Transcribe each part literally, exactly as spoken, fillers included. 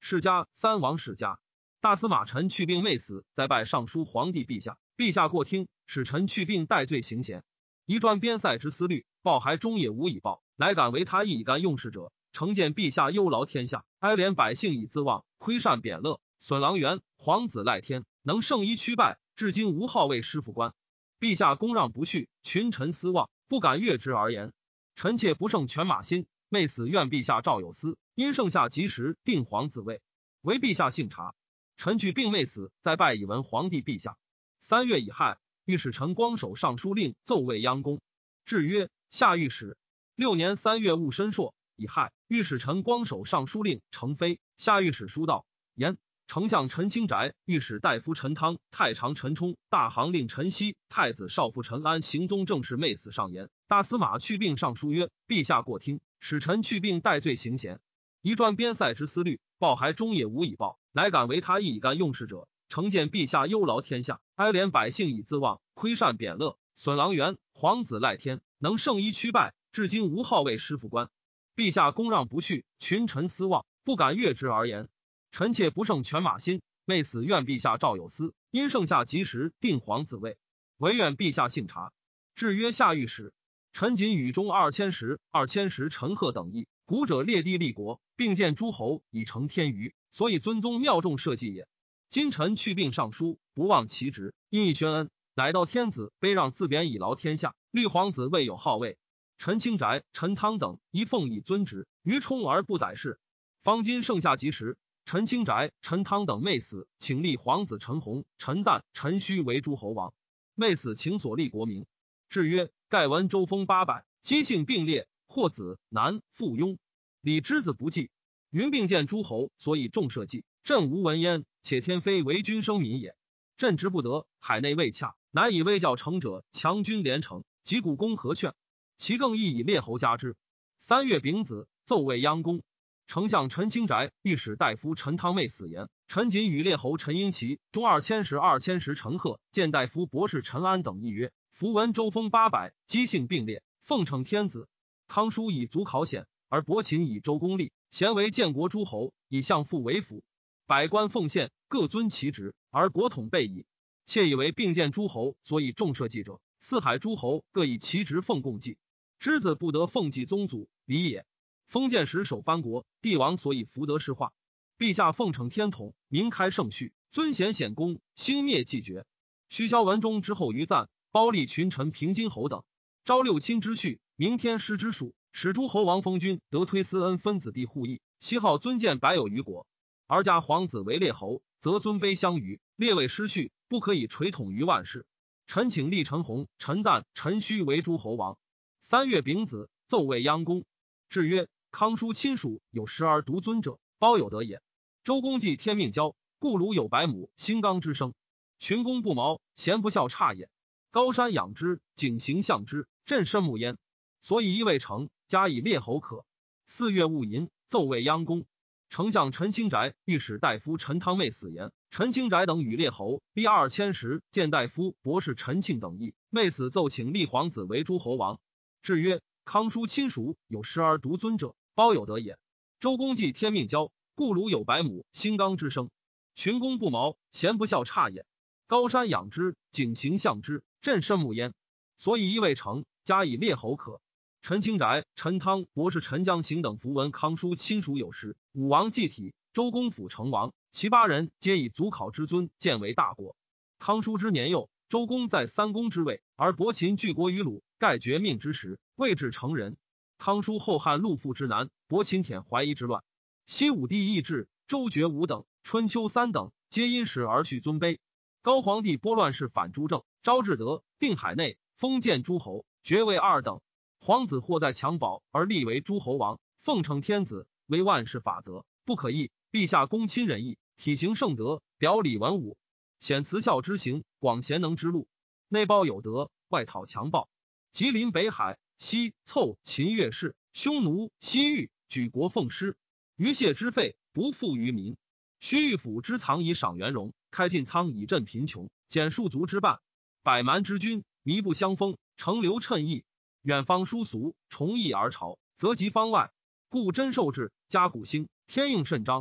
世家三王世家。大司马陈去病未死，再拜尚书皇帝陛下。陛下过听，使陈去病戴罪行贤。宜专边塞之思虑，报还终也无以报，乃敢为他意以干用事者，诚见陛下忧劳天下，哀怜百姓以自忘，亏善贬乐，损郎元，皇子赖天，能胜一屈败，至今无号为师傅官。陛下公让不恤，群臣思望，不敢越之而言。臣妾不胜犬马心，昧死愿陛下诏有司，因盛夏及时定皇子位，为陛下幸察。臣去病未死，再拜以闻皇帝陛下。三月乙亥，御史陈光守尚书令奏魏央公，制曰：下御史。六年三月戊申朔，乙亥，御史陈光守尚书令程飞，下御史书道言。丞相陈清宅、御史大夫陈汤、太常陈冲、大行令陈熙、太子少傅陈安行宗正事昧死上言。大司马去病上书曰：陛下过听，使臣去病戴罪行贤。宜专边塞之思虑，报还终也无以报，乃敢为他意以干用事者，诚见陛下忧劳天下，哀怜百姓以自忘，亏善贬乐，损郎元，皇子赖天，能胜一屈败，至今无号为师傅官。陛下公让不恤，群臣思望，不敢越之而言。臣妾不胜犬马心，昧死愿陛下诏有司，因盛夏及时定皇子位，唯愿陛下幸察。至曰下御史。陈瑾与中二千石、二千石陈赫等议，古者列地立国，并建诸侯以成天娱，所以尊宗庙众社稷也。今臣去病上书，不忘其职，因以宣恩，乃到天子卑让自贬以劳天下，绿皇子未有号位。陈清宅、陈汤等一奉以尊职，于冲而不逮事。方今盛夏及时，陈清宅、陈汤等昧死，请立皇子陈弘、陈旦、陈须为诸侯王。昧死请所立国名。制曰：盖闻周封八百，姬姓并列，或子男父庸，李之子不继。云并见诸侯，所以众社稷。朕无闻焉，且天非为君生民也。朕之不得，海内未洽，乃以魏教成者强军连城，及古公何劝？其更亦以列侯加之。三月丙子，奏魏央公。丞相陈清宅、御史大夫陈汤昧死言。陈瑾与列侯陈英奇、中二千石、二千石陈赫、见大夫博士陈安等议曰：符文周封八百，姬姓并列，奉承天子。康叔以足考显，而伯禽以周公立，贤为建国诸侯，以相父为辅。百官奉献，各遵其职，而国统备矣。窃以为并建诸侯，所以重社稷者，四海诸侯各以其职奉共祭。之子不得奉祭宗祖，礼也。封建时守藩国，帝王所以福德世化。陛下奉承天统，民开盛序，尊贤显公，兴灭继绝。虚萧文中之后于赞，包立群臣平津侯等，昭六亲之序，明天师之属，使诸侯王封君得推斯恩分子弟互议，西号尊建百有余国。而家皇子为列侯，则尊卑相与，列位失序，不可以垂统于万世。臣请立陈弘、陈旦、陈须为诸侯王。三月丙子，奏魏央公。制曰：康叔亲属有时而独尊者，包有德也。周公祭天命交，故鲁有百亩，兴刚之声。群公不毛，贤不孝差也。高山养之，景行象之，朕深慕焉。所以一未成，加以列侯可。四月戊寅，奏魏央公。丞相陈清宅、御史大夫陈汤昧死言。陈清宅等与列侯立二千石、见大夫博士陈庆等议，昧死奏请立皇子为诸侯王。制曰：康叔亲属有时而独尊者，包有德也。周公祭天命交，故鲁有百亩，兴刚之声。群公不毛，贤不孝差也。高山养之，景行象之，朕深慕焉。所以一未成，加以列侯可。陈清宅、陈汤、博士陈江行等符文康叔亲属有时，武王继体，周公辅成王，其八人皆以祖考之尊建为大国。康叔之年幼，周公在三公之位，而伯禽拒国于鲁，盖绝命之时，未至成人。康叔后汉陆父之难，伯禽舔怀疑之乱。西武帝义志、周绝武等、春秋三等，皆因时而续尊卑。高皇帝拨乱世反朱正，昭至德，定海内，封建诸侯，爵位二等。皇子或在襁褓而立为诸侯王，奉承天子，为万世法则，不可议。陛下公亲仁义，体行圣德，表里文武，显慈孝之行，广贤能之路。内包有德，外讨强暴。吉临北海，西凑秦越氏，匈奴、西域，举国奉师。于谢之费，不负于民。须臾府之藏以赏元荣，开进仓以赈贫穷，减庶族之半。百蛮之君，弥不相封，乘流称义。远方殊俗，崇义而朝，则及方外。故真受制，加古兴，天应甚彰。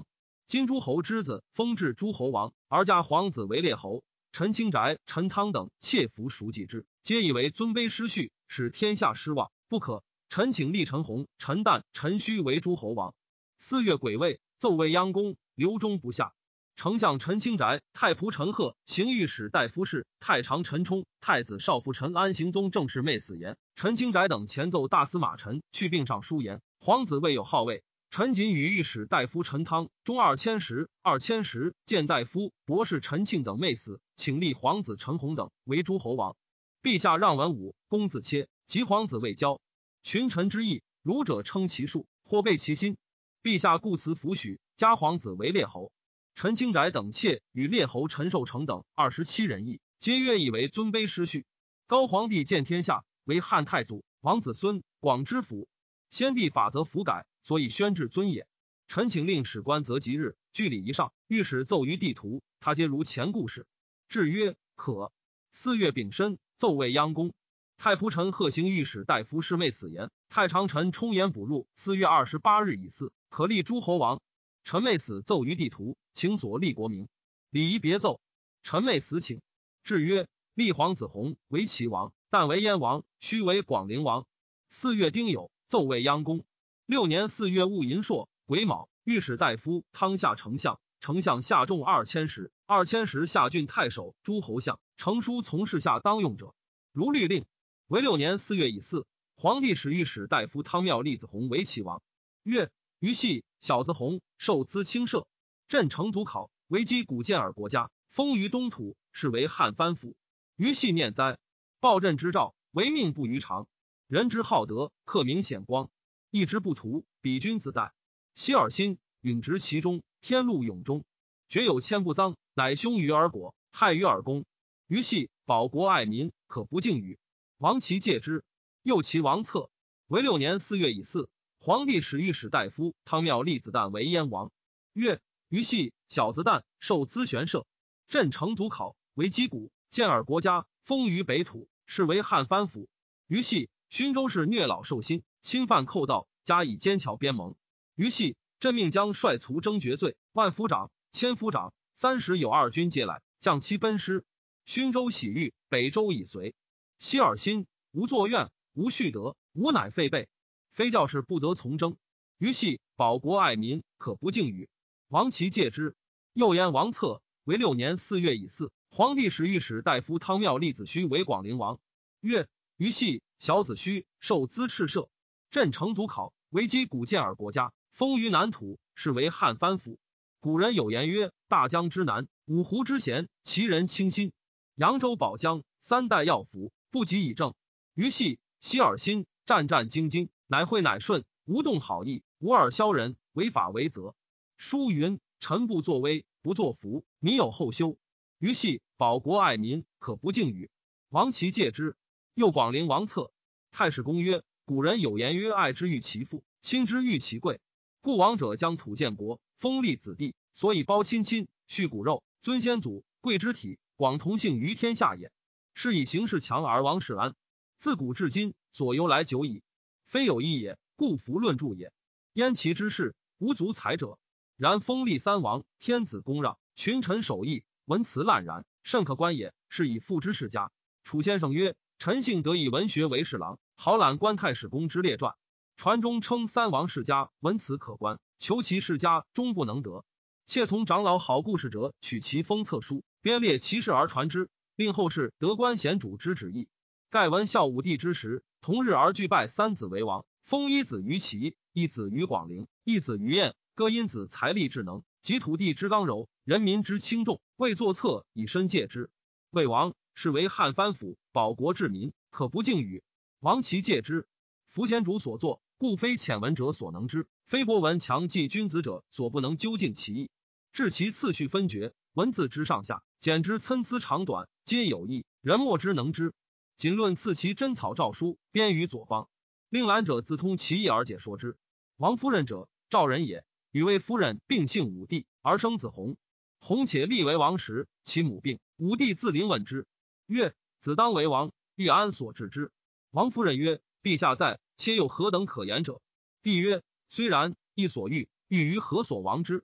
今诸侯之子封至诸侯王，而家皇子为列侯。陈清宅、陈汤等窃服熟记之，皆以为尊卑失序，使天下失望，不可。陈请立陈弘、陈旦、陈须为诸侯王。四月癸未，奏未央宫，刘忠不下。丞相陈清宅、太仆陈贺、行御史大夫事、太常陈冲、太子少傅陈安行宗正式妹死言。陈清宅等前奏大司马陈去病上书言，皇子未有号位。陈瑾与御史大夫陈汤、中二千石、二千石见大夫、博士陈庆等妹死，请立皇子陈弘等为诸侯王。陛下让文武公自切，及皇子未交。群臣之意，儒者称其数，或备其心。陛下故辞抚许，加皇子为列侯。陈清宅等妾与列侯陈寿成等二十七人议，皆曰以为尊卑失序。高皇帝见天下，为汉太祖，王子孙广之府。先帝法则弗改，所以宣至尊也。臣请令史官择吉日，据礼仪上，御史奏于地图，他皆如前故事。至曰可。四月丙申，奏为央宫。太仆陈贺行御史大夫侍妹死言，太常臣充言补入。四月二十八日以巳，可立诸侯王。陈妹死奏于地图，请所立国名。礼仪别奏。陈妹死请。至曰立皇子弘为齐王，但为燕王，须为广陵王。四月丁酉，奏为央宫。六年四月戊寅朔，癸卯，御史大夫汤下丞相，丞相下重二千石，二千石下郡太守、诸侯相，呈书从事下当用者，如律令。为六年四月乙巳，皇帝使御史大夫汤庙立子弘为齐王。月于系小子弘受资亲赦，镇成祖考，为击古建尔国家，封于东土，是为汉藩府。于系念哉，报朕之诏，为命不于常。人之好德，克明显光，义之不图，比君自待。希尔心，允直其中，天禄永中，绝有千不赃，乃凶于尔果，害于尔公。于系保国爱民，可不敬语。王其戒之，又其王策。为六年四月乙巳，皇帝使御史大夫汤庙立子旦为燕王。月于系小子旦受资玄赦，镇成祖考，为击鼓建尔国家，封于北土，是为汉藩府。于系勋州市虐老受薪，侵犯寇盗，加以奸巧边盟。于系朕命将率卒征决罪，万夫长、千夫长三十有二军皆来，将其奔师。勋州喜遇，北州以随。希尔心，无作怨，无蓄德，无乃废备，非教士不得从征。于系保国爱民，可不敬语。王其戒之。又言王策。为六年四月乙巳，皇帝使御史大夫汤庙立子虚为广陵王。月于系小子虚受资敕赦，镇成祖考，为击古建尔国家，封于南土，是为汉藩府。古人有言曰：大江之南，五湖之咸，其人清心。扬州保江，三代要服，不及以正。于系希尔心，战战兢兢，乃惠乃顺，无动好意，无尔消人，违法为责。书云：臣不作威，不作福，民有后修。于系保国爱民，可不敬语。王其戒之。又广陵王策。太史公曰：古人有言曰：爱之欲其父，亲之欲其贵。故王者将土建国，封立子弟，所以包亲亲，恤骨肉，尊先祖，贵之体，广同姓于天下也。是以形势强而王室安。自古至今，所由来久矣。非有一也，故弗论著也。燕齐之事，无足采者。然封立三王，天子公让，群臣守义，文辞烂然，甚可观也。是以父之世家。楚先生曰：臣幸得以文学为侍郎，好览观太史公之列传。传中称三王世家，文辞可观，求其世家，终不能得。妾从长老好故事者，取其封册书，编列其事而传之，令后世得观贤主之旨意。盖闻孝武帝之时，同日而俱拜三子为王，封一子于齐，一子于广陵，一子于燕，各因子财力智能及土地之刚柔，人民之轻重，为作册以身戒之。魏王是为汉藩府，保国治民，可不敬语。王其戒之。夫贤主所作，故非浅闻者所能知，非博闻强记君子者所不能究竟其意。治其次序分绝，文字之上下，简之参差长短，皆有异，人莫之能知。仅论赐其真草诏书，编于左方。令览者自通其意而解说之。王夫人者，赵人也，与魏夫人并姓武帝，而生子弘。弘且立为王时，其母病，武帝自临问之，曰：子当为王，欲安所治之？王夫人曰：陛下在，且有何等可言者？帝曰：虽然，亦所欲，欲于何所亡之？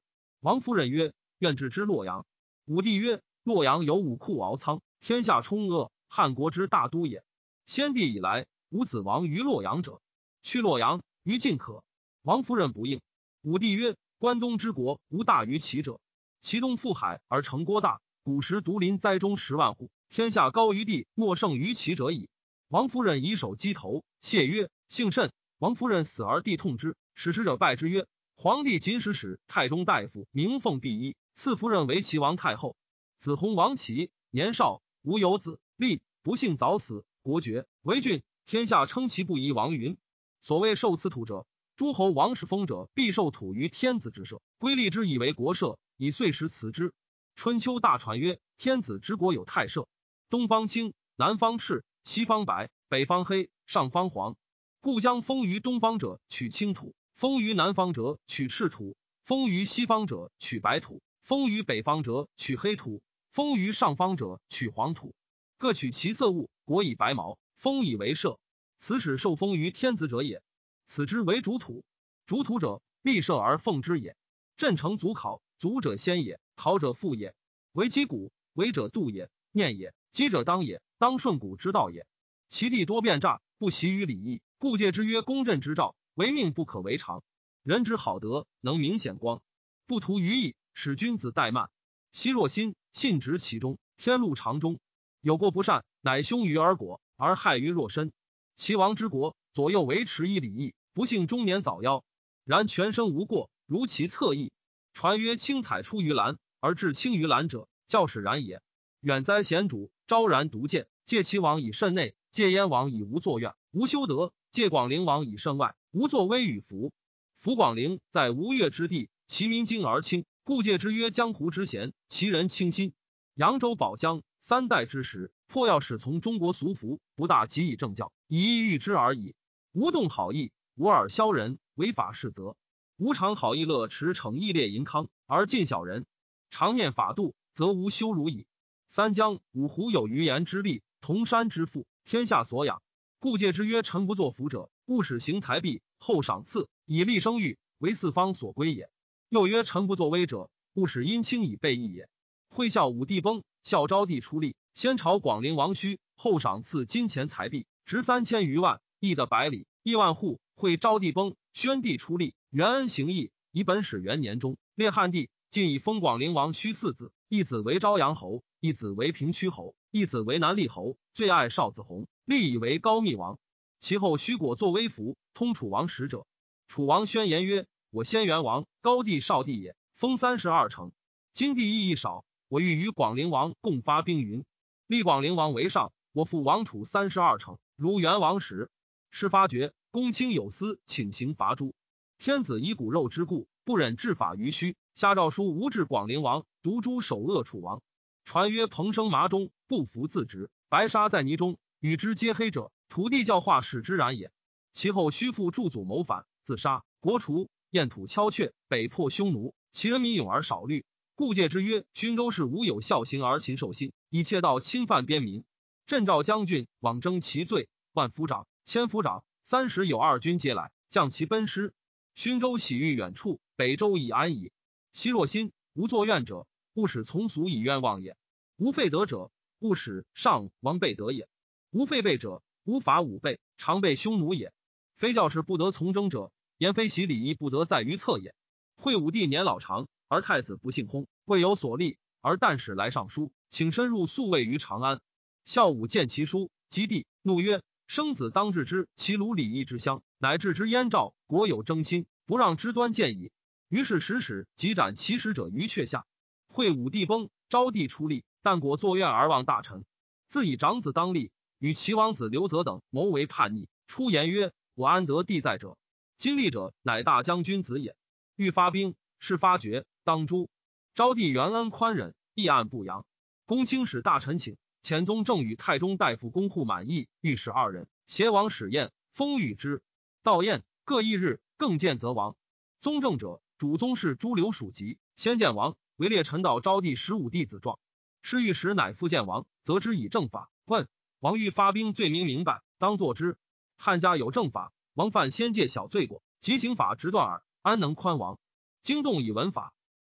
王夫人曰：愿置之洛阳。武帝曰：洛阳有武库敖仓，天下充阿，汉国之大都也。先帝以来，无子王于洛阳者，去洛阳于尽可。王夫人不应。武帝曰：关东之国无大于齐者，其东覆海而成郭大，古时独临栽中十万户，天下高于地，莫胜于齐者矣。王夫人以手击头，谢曰：幸甚。王夫人死而帝痛之，使使者拜之曰：皇帝仅使使太中大夫明奉弼一，赐夫人为齐王太后。子弘王齐年少，无有子，立不幸早死，国绝为郡，天下称其不宜王云。所谓受此土者，诸侯王室封者必受土于天子之社，归立之以为国社，以岁时辞之。春秋大传曰：天子之国有太社，东方青，南方赤，西方白，北方黑，上方黄。故将封于东方者取青土，封于南方者取赤土，封于西方者取白土，封于北方者取黑土，封于上方者取黄土。各取其色物，国以白毛，封以为社。此使受封于天子者也。此之为主土。主土者，立社而奉之也。朕成祖考，祖者先也，考者父也。为击鼓，为者度也，念也；击者当也，当顺古之道也。其地多变诈，不习于礼义，故戒之曰公正之兆，为命不可为常。人之好德，能明显光，不图于义，使君子怠慢。昔若心，信直其中，天禄长中。有过不善，乃凶于而果，而害于若身。齐王之国，左右维持以礼义，不幸中年早夭。然全生无过，如其侧翼。传曰：青彩出于蓝，而至青于蓝者，教使然也。远哉贤主，昭然独见，戒齐王以慎内，戒燕王以无作怨，无修德；戒广陵王以慎外，无作威与福。夫广陵在吴越之地，其民精而轻，故戒之曰江湖之贤，其人清心。扬州保江三代之时，颇要使从中国俗服，不大及以正教，以意喻之而已。无动好意，无耳消人，违法事责。无常好意乐持惩义烈淫康，而尽小人。常念法度，则无羞辱矣。三江五湖有余言之力，同山之富，天下所养。故戒之曰：臣不作福者，勿使行财币，后赏赐，以立生育，为四方所归也。又曰：臣不作威者，勿使殷轻以备义也。会孝武帝崩，孝昭帝出力，先朝广陵王须，后赏赐金钱财币，值三千余万，邑的百里，亿万户。会昭帝崩，宣帝出力，元恩行义，以本始元年中，列汉帝，晋以封广陵王须四子，一子为昭阳侯，一子为平曲侯，一子为南厉侯，最爱少子弘，立以为高密王。其后须果作威服，通楚王使者。楚王宣言曰：我先元王，高帝少帝也，封三十二城。今地亦益少，我欲与广陵王共发兵云。立广陵王为上，我复王楚三十二城，如元王时。是发觉，公卿有司，请行伐诛。天子以骨肉之故，不忍治法于虚，下诏书无治广陵王，独诛首恶楚王。传曰：彭生麻中，不服自直，白沙在泥中，与之皆黑者，土地教化使之然也。其后须复助祖谋反，自杀，国除，燕土敲阙，北破匈奴，其人民勇而少虑。故戒之曰：勋州市无有孝行而禽兽心，以窃盗侵犯边民。镇赵将军往征其罪，万夫长、千夫长三十有二军皆来，将其奔师。勋州喜遇远处，北周已安矣。昔若心，无作怨者，勿使从俗以冤枉也；无废德者，勿使上王备德也；无废备者，无法武备，常备匈奴也。非教士不得从征者，言非习礼义不得在于策也。惠武帝年老长，而太子不幸薨，未有所立，而旦使来上书，请深入宿卫于长安。孝武见其书，击地，怒曰：生子当治之，其鲁礼义之乡，乃治之燕赵，国有争心，不让之端见矣。于是使使即斩其使者于阙下。惠武帝崩，昭帝出力，但果作怨而忘大臣，自以长子当立，与齐王子刘泽等谋为叛逆。出言曰：我安得地在者？今立者乃大将军子也。欲发兵，是发觉，当诛。昭帝元恩宽忍，议案不扬。公卿使大臣请，前宗正与太中大夫公护满意，御史二人，携王使宴，封御之。到宴，各一日，更见则王。宗正者，主宗室诸刘属籍，先见王，为列陈道昭帝十五弟子状。是御史乃复见王，责之以正法。问王欲发兵，罪名明白，当作之。汉家有正法，王犯先界小罪过，即刑法直断耳，安能宽王？惊动以文法。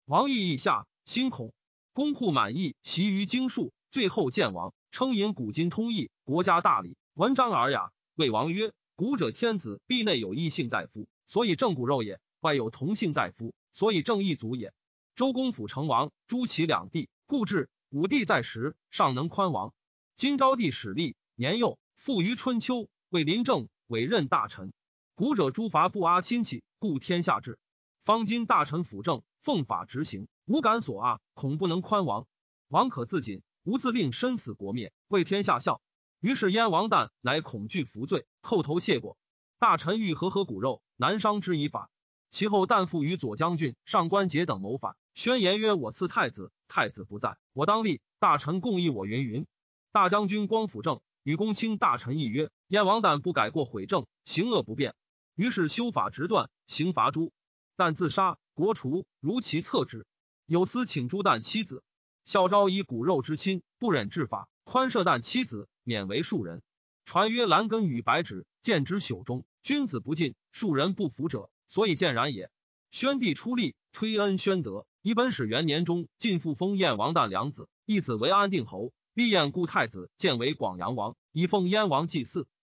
王意意下，心恐。公户满意，习于经术，最后见王，称引古今通义，国家大礼，文章尔雅。谓王曰：古者天子必内有异姓大夫，所以正骨肉也；外有同姓大夫，所以正一族也。周公辅成王，诛其两弟，故至。武帝在时，尚能宽王。今昭帝始立，年幼，富于春秋，为临政，委任大臣。古者诸伐不阿亲戚，故天下治。方今大臣辅政，奉法执行，无敢所阿，恐不能宽王。王可自谨，无自令身死国灭，为天下笑。于是燕王旦乃恐惧服罪，叩头谢过。大臣欲和合骨肉，难伤之以法。其后旦复与左将军、上官桀等谋反，宣言曰：我赐太子，太子不在，我当立。大臣共议我云云。大将军光辅政，与公卿大臣议曰：燕王旦不改过悔政，行恶不变。于是修法直断，刑罚诛。旦自杀，国除，如其策之。有司请诛旦妻子。孝昭以骨肉之亲，不忍治法，宽赦旦妻子，免为庶人。传曰：兰根与白芷，见之朽中，君子不敬，庶人不服者，所以见然也。宣帝出力，推恩宣德。以本始元年中，晋复封燕王旦两子，一子为安定侯，立燕故太子，建为广阳王，以奉燕王祭祀。